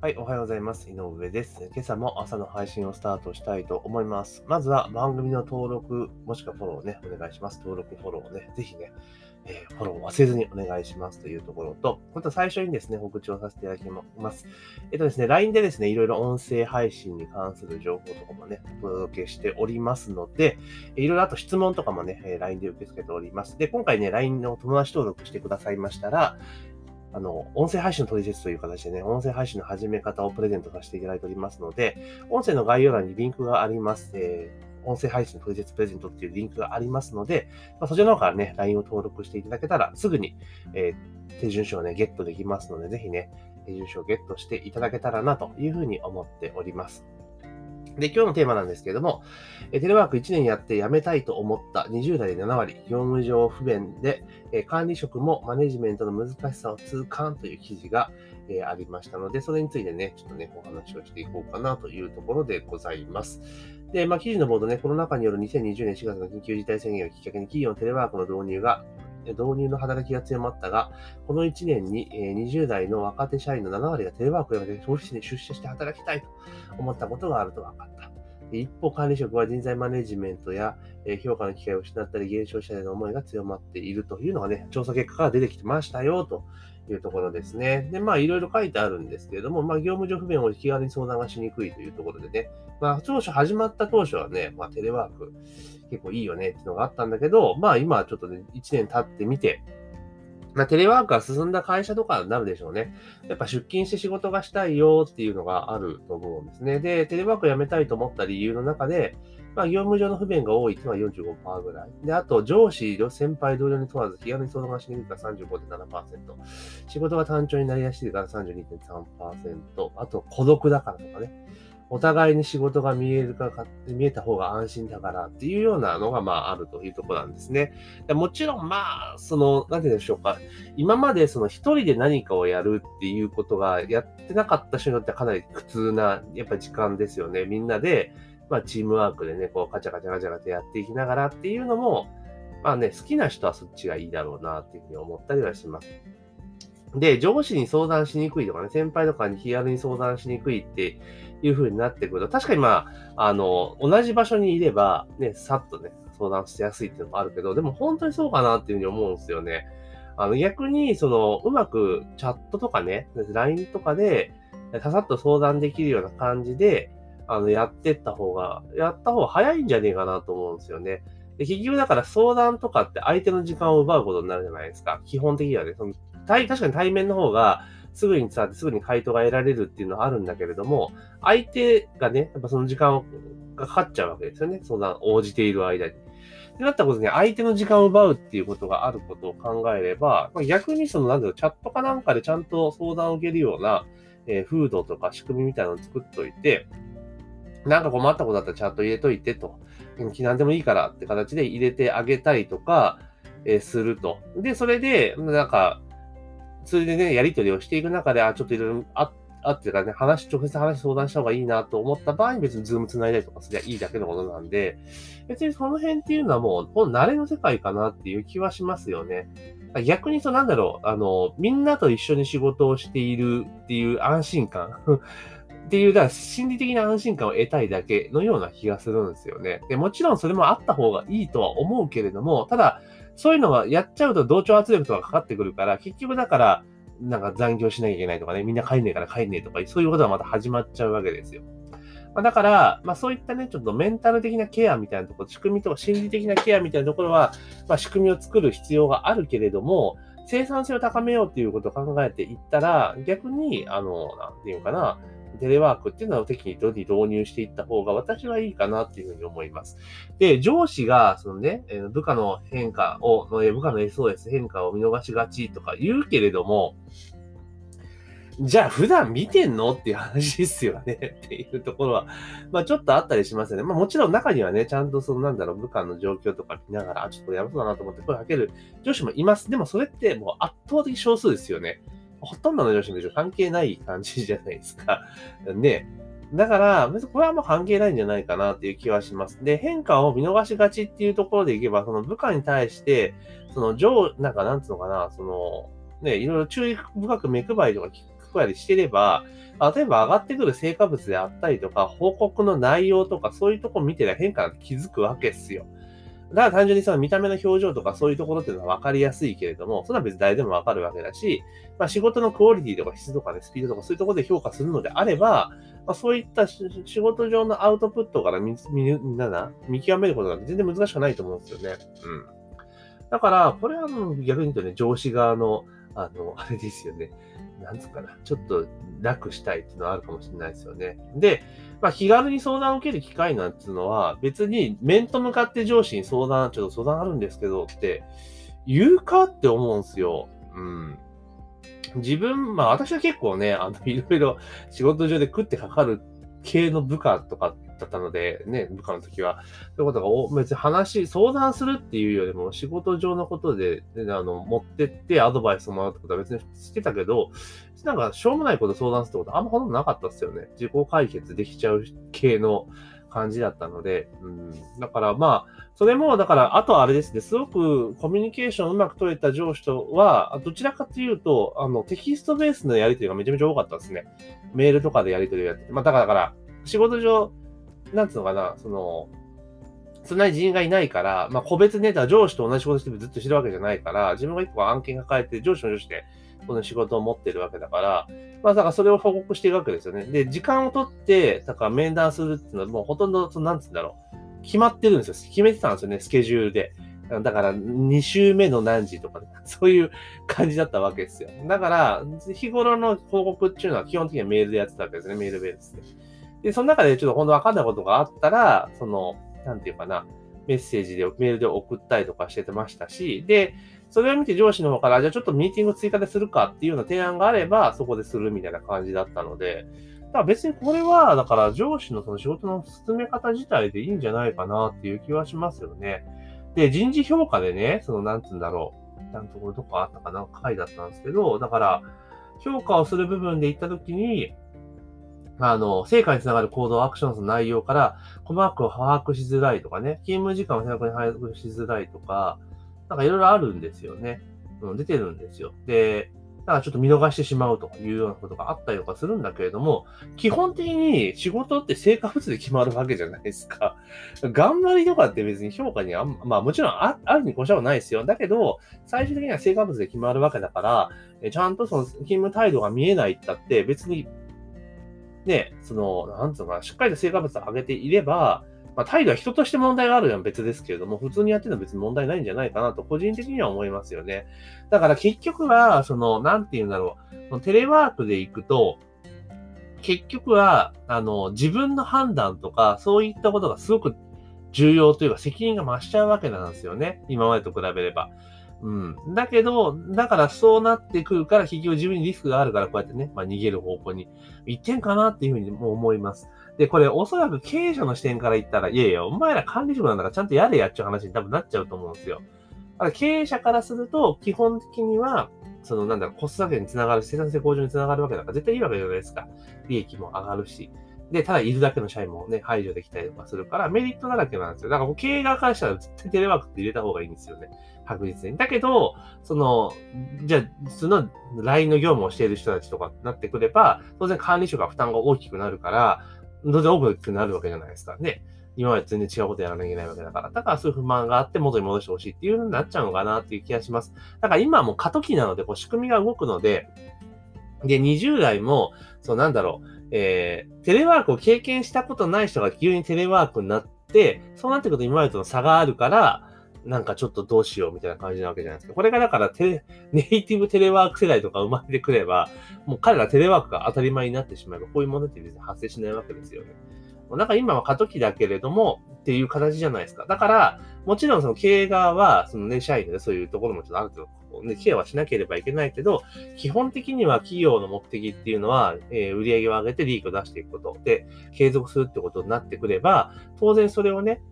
はい、おはようございます。井上です。今朝も朝の配信をスタートしたいと思います。まずは番組の登録、もしくはフォローをね、お願いします。登録、フォローをね、ぜひね、フォローを忘れずにお願いしますというところと、また最初にですね、告知をさせていただきます。ですね、LINE でですね、いろいろ音声配信に関する情報とかもね、お届けしておりますので、いろいろあと質問とかもね、LINE で受け付けております。で、今回ね、LINE の友達登録してくださいましたら、音声配信の取説という形でね、音声配信の始め方をプレゼントさせていただいておりますので、音声の概要欄にリンクがあります。音声配信の取説プレゼントっていうリンクがありますので、そちらの方からね、LINE を登録していただけたら、すぐに、手順書をね、ゲットできますので、ぜひね、手順書をゲットしていただけたらなというふうに思っております。で、今日のテーマなんですけれども、テレワーク1年やって辞めたいと思った20代で7割、業務上不便で、管理職もマネジメントの難しさを痛感という記事が、ありましたので、それについてね、ちょっとね、お話をしていこうかなというところでございます。で、記事のボードね、コロナ禍による2020年4月の緊急事態宣言をきっかけに企業のテレワークの導入の働きが強まったが、この1年に20代の若手社員の7割がテレワークをやめてオフィスに出社して働きたいと思ったことがあると分かった。一方、管理職は人材マネジメントや評価の機会を失ったり減少したりの思いが強まっているというのがね、調査結果から出てきてましたよというところですね。で、いろいろ書いてあるんですけれども、業務上不便を気軽に相談がしにくいというところでね、始まった当初はね、テレワーク結構いいよねっていうのがあったんだけど、今はちょっとね、1年経ってみて、テレワークが進んだ会社とかになるでしょうね。やっぱ出勤して仕事がしたいよっていうのがあると思うんですね。で、テレワーク辞めたいと思った理由の中で、業務上の不便が多いっていうのは45%ぐらい。で、あと、上司、先輩、同僚に問わず、気軽に相談がしにくいから35.7%。仕事が単調になりやすいから32.3%。あと、孤独だからとかね。お互いに仕事が見えた方が安心だからっていうようなのがあるというところなんですね。でもちろんなんて言うんでしょうか。今まで一人で何かをやるっていうことがやってなかった人にとってはかなり苦痛な、やっぱり時間ですよね。みんなで、チームワークでね、こう、カチャカチャカチャカチャやっていきながらっていうのも、好きな人はそっちがいいだろうなっていうふうに思ったりはします。で、上司に相談しにくいとかね、先輩とかに気軽に相談しにくいっていう風になってくると、確かに同じ場所にいれば、ね、さっとね、相談しやすいっていうのもあるけど、でも本当にそうかなっていう風に思うんですよね。逆に、うまくチャットとかね、LINE とかで、ささっと相談できるような感じで、やった方が早いんじゃねえかなと思うんですよね。で、結局だから相談とかって相手の時間を奪うことになるじゃないですか。基本的にはね、確かに対面の方がすぐに伝わってすぐに回答が得られるっていうのはあるんだけれども、相手がね、やっぱその時間がかかっちゃうわけですよね。相談応じている間に。ってなったことに、相手の時間を奪うっていうことがあることを考えれば、逆にチャットかなんかでちゃんと相談を受けるような、風土とか仕組みみたいなのを作っといて、なんか困ったことだったらチャット入れといてと。何でもいいからって形で入れてあげたりとか、すると。で、それでね、やり取りをしていく中で、ちょっといろいろっていうかね、直接相談した方がいいなと思った場合に別にズーム繋いだりとかすりゃいいだけのことなんで、別にその辺っていうのはもう、慣れの世界かなっていう気はしますよね。逆にみんなと一緒に仕事をしているっていう安心感っていう、だから心理的な安心感を得たいだけのような気がするんですよね。で、もちろんそれもあった方がいいとは思うけれども、ただ、そういうのはやっちゃうと同調圧力とかかかってくるから、結局だから、残業しなきゃいけないとかね、みんな帰んねえから帰んねえとか、そういうことがまた始まっちゃうわけですよ。だから、そういったね、ちょっとメンタル的なケアみたいなところ、仕組みとか心理的なケアみたいなところは、仕組みを作る必要があるけれども、生産性を高めようっていうことを考えていったら、逆に、なんていうかな、テレワークっていうのを適宜導入していった方が私はいいかなっていうふうに思います。で、上司が、部下の部下の SOS 変化を見逃しがちとか言うけれども、じゃあ普段見てんのっていう話ですよねっていうところは、ちょっとあったりしますよね。もちろん中にはね、ちゃんと部下の状況とか見ながら、ちょっとやばそうだなと思って声かける上司もいます。でもそれってもう圧倒的少数ですよね。ほとんどの上司の関係ない感じじゃないですか。ね。だから、別にこれはもう関係ないんじゃないかなっていう気はします。で、変化を見逃しがちっていうところでいけば、その部下に対して、なんつうのかな、いろいろ注意深く目配りとかっこやりしてれば、例えば上がってくる成果物であったりとか、報告の内容とか、そういうとこ見てりゃ変化が気づくわけっすよ。だから単純にその見た目の表情とかそういうところっていうのは分かりやすいけれども、それは別に誰でも分かるわけだし、仕事のクオリティとか質とかね、スピードとかそういうところで評価するのであれば、そういった仕事上のアウトプットから見極めることが全然難しくないと思うんですよね。うん。だから、これは逆に言うとね、上司側の、あれですよね。なんつうかな。ちょっと楽したいっていうのはあるかもしれないですよね。で、気軽に相談を受ける機会なんていうのは、別に面と向かって上司にちょっと相談あるんですけどって言うかって思うんですよ。うん。私は結構ね、いろいろ仕事上で食ってかかる系の部下とかだったので、ね、部下の時は、そういうことが別に相談するっていうよりも仕事上のことで、持ってってアドバイスをもらうってことは別にしてたけど、なんかしょうもないこと相談するってことあんまほとんどなかったですよね。自己解決できちゃう系の感じだったので、だからそれも、だから、あとはあれですね、すごくコミュニケーションうまく取れた上司とは、どちらかというと、テキストベースのやり取りがめちゃめちゃ多かったですね。メールとかでやり取りをやってて。だから、仕事上、なんつうのかな、そんなに人員がいないから、個別ネタ、上司と同じことしてずっとしてるわけじゃないから、自分が一個案件抱えて、上司の上司で、この仕事を持ってるわけだから、だからそれを報告していくわけですよね。で、時間を取って、だから面談するっていうのはもうほとんど、なんつうんだろう。決まってるんですよ。決めてたんですよね、スケジュールで。だから、2週目の何時とか、ね、そういう感じだったわけですよ。だから、日頃の報告っていうのは基本的にはメールでやってたわけですね、メールベースで。で、その中でちょっと本当わかんないことがあったら、なんていうかな、メールで送ったりとかしてましたし、で、それを見て上司の方から、じゃあちょっとミーティング追加でするかっていうような提案があれば、そこでするみたいな感じだったので、だから別にこれは、だから上司のその仕事の進め方自体でいいんじゃないかなっていう気はしますよね。で、人事評価でね、なんつうんだろう。なんとこれどこあったかな回だったんですけど、だから、評価をする部分で言ったときに、成果につながる行動、アクションの内容から、細かく把握しづらいとかね、勤務時間を正確に把握しづらいとか、なんかいろいろあるんですよね。出てるんですよ。で、だからちょっと見逃してしまうというようなことがあったりとかするんだけれども、基本的に仕事って成果物で決まるわけじゃないですか。頑張りとかって別に評価にもちろんあるに越したはないですよ。だけど、最終的には成果物で決まるわけだから、ちゃんとその勤務態度が見えないったって別にね、なんつうのかな、しっかりと成果物を上げていれば、態度は人として問題があるのは別ですけれども、普通にやってるのは別に問題ないんじゃないかなと、個人的には思いますよね。だから結局は、なんていうんだろう、テレワークで行くと、結局は、自分の判断とか、そういったことがすごく重要というか、責任が増しちゃうわけなんですよね。今までと比べれば。だけど、だからそうなってくるから、結局自分にリスクがあるから、こうやってね、逃げる方向に行ってんかなっていうふうにも思います。で、これおそらく経営者の視点から言ったら、いやいや、お前ら管理職なんだからちゃんとやれやっちゃう話に多分なっちゃうと思うんですよ。だから経営者からすると、基本的には、コスト削減につながる、生産性向上につながるわけだから、絶対いいわけじゃないですか。利益も上がるし。で、ただいるだけの社員もね、排除できたりとかするから、メリットだらけなんですよ。だから経営側からしたら絶対テレワークって入れた方がいいんですよね。確実に。だけど、じゃあ、LINE の業務をしている人たちとかになってくれば、当然管理職が負担が大きくなるから、当然多くなるわけじゃないですかね。今まで全然違うことやらなきゃいけないわけだから。だからそういう不満があって元に戻してほしいっていう風になっちゃうのかなっていう気がします。だから今はもう過渡期なので、仕組みが動くので、で、20代も、テレワークを経験したことない人が急にテレワークになって、そうなってくると今までとの差があるから、なんかちょっとどうしようみたいな感じなわけじゃないですか。これがだからネイティブテレワーク世代とか生まれてくれば、もう彼らテレワークが当たり前になってしまえば、こういうものって別に発生しないわけですよね。なんか今は過渡期だけれども、っていう形じゃないですか。だから、もちろん経営側は、社員でそういうところもちょっとある程度、ケアはしなければいけないけど、基本的には企業の目的っていうのは、売上を上げて利益を出していくことで、継続するってことになってくれば、当然それをね、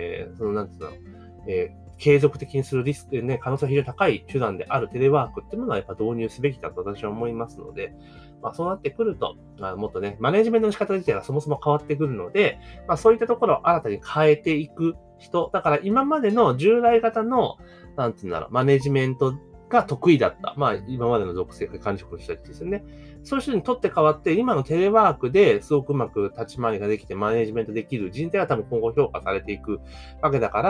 継続的にするリスクね、可能性が非常に高い手段であるテレワークっていうものはやっぱ導入すべきだと私は思いますので、そうなってくると、もっとね、マネジメントの仕方自体がそもそも変わってくるので、そういったところを新たに変えていく人、だから今までの従来型の、マネジメントが得意だった。まあ、今までの属性、管理職の人たちですよね。そういう人にとって変わって、今のテレワークですごくうまく立ち回りができて、マネジメントできる人材が多分今後評価されていくわけだから、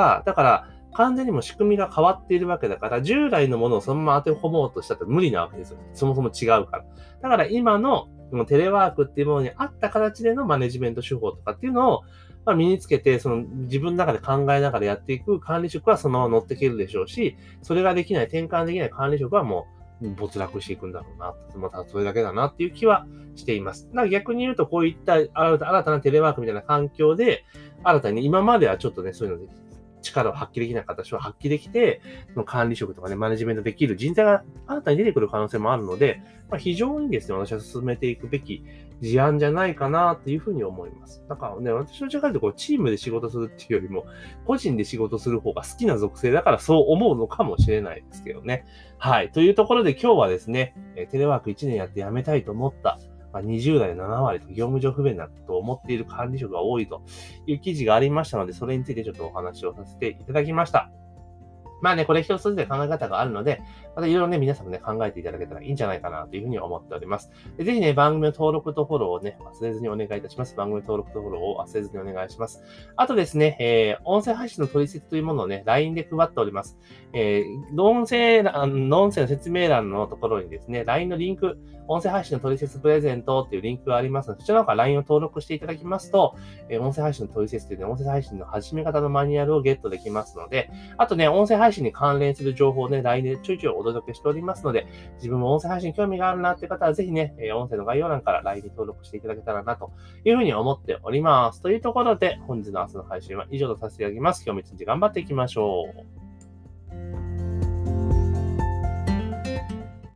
完全にも仕組みが変わっているわけだから、従来のものをそのまま当て込もうとしたって無理なわけですよ。そもそも違うから。だから今のこのテレワークっていうものに合った形でのマネジメント手法とかっていうのを、身につけて、その自分の中で考えながらやっていく管理職はそのまま乗っていけるでしょうし、それができない、転換できない管理職はもう没落していくんだろうな。またそれだけだなっていう気はしています。だから逆に言うと、こういった新たなテレワークみたいな環境で、新たに今まではちょっとね、そういうので力を発揮できなかった人を発揮できて、その管理職とかね、マネジメントできる人材が新たに出てくる可能性もあるので、非常にですね、私は進めていくべき事案じゃないかなっていうふうに思います。だからね、私の力でチームで仕事するっていうよりも、個人で仕事する方が好きな属性だからそう思うのかもしれないですけどね。はい。というところで今日はですね、テレワーク1年やって辞めたいと思った、20代の7割と業務上不便だと思っている管理職が多いという記事がありましたので、それについてちょっとお話をさせていただきました。これ一つずつ考え方があるので、またいろいろね、皆さんもね、考えていただけたらいいんじゃないかなというふうに思っております。ぜひね、番組の登録とフォローをね、忘れずにお願いいたします。番組の登録とフォローを忘れずにお願いします。あとですね、音声配信の取説というものをね、LINE で配っております。音声の説明欄のところにですね、LINE のリンク、音声配信の取説プレゼントっていうリンクがありますので、そちらの方から LINE を登録していただきますと、音声配信の取説というね、音声配信の始め方のマニュアルをゲットできますので、あとね、音声配信に関連する情報をね、LINE でちょいちょいお届けしておりますので、自分も音声配信に興味があるなっていう方は、ぜひね、音声の概要欄から LINE に登録していただけたらなというふうに思っております。というところで、本日の朝の配信は以上とさせていただきます。今日も一日頑張っていきましょう。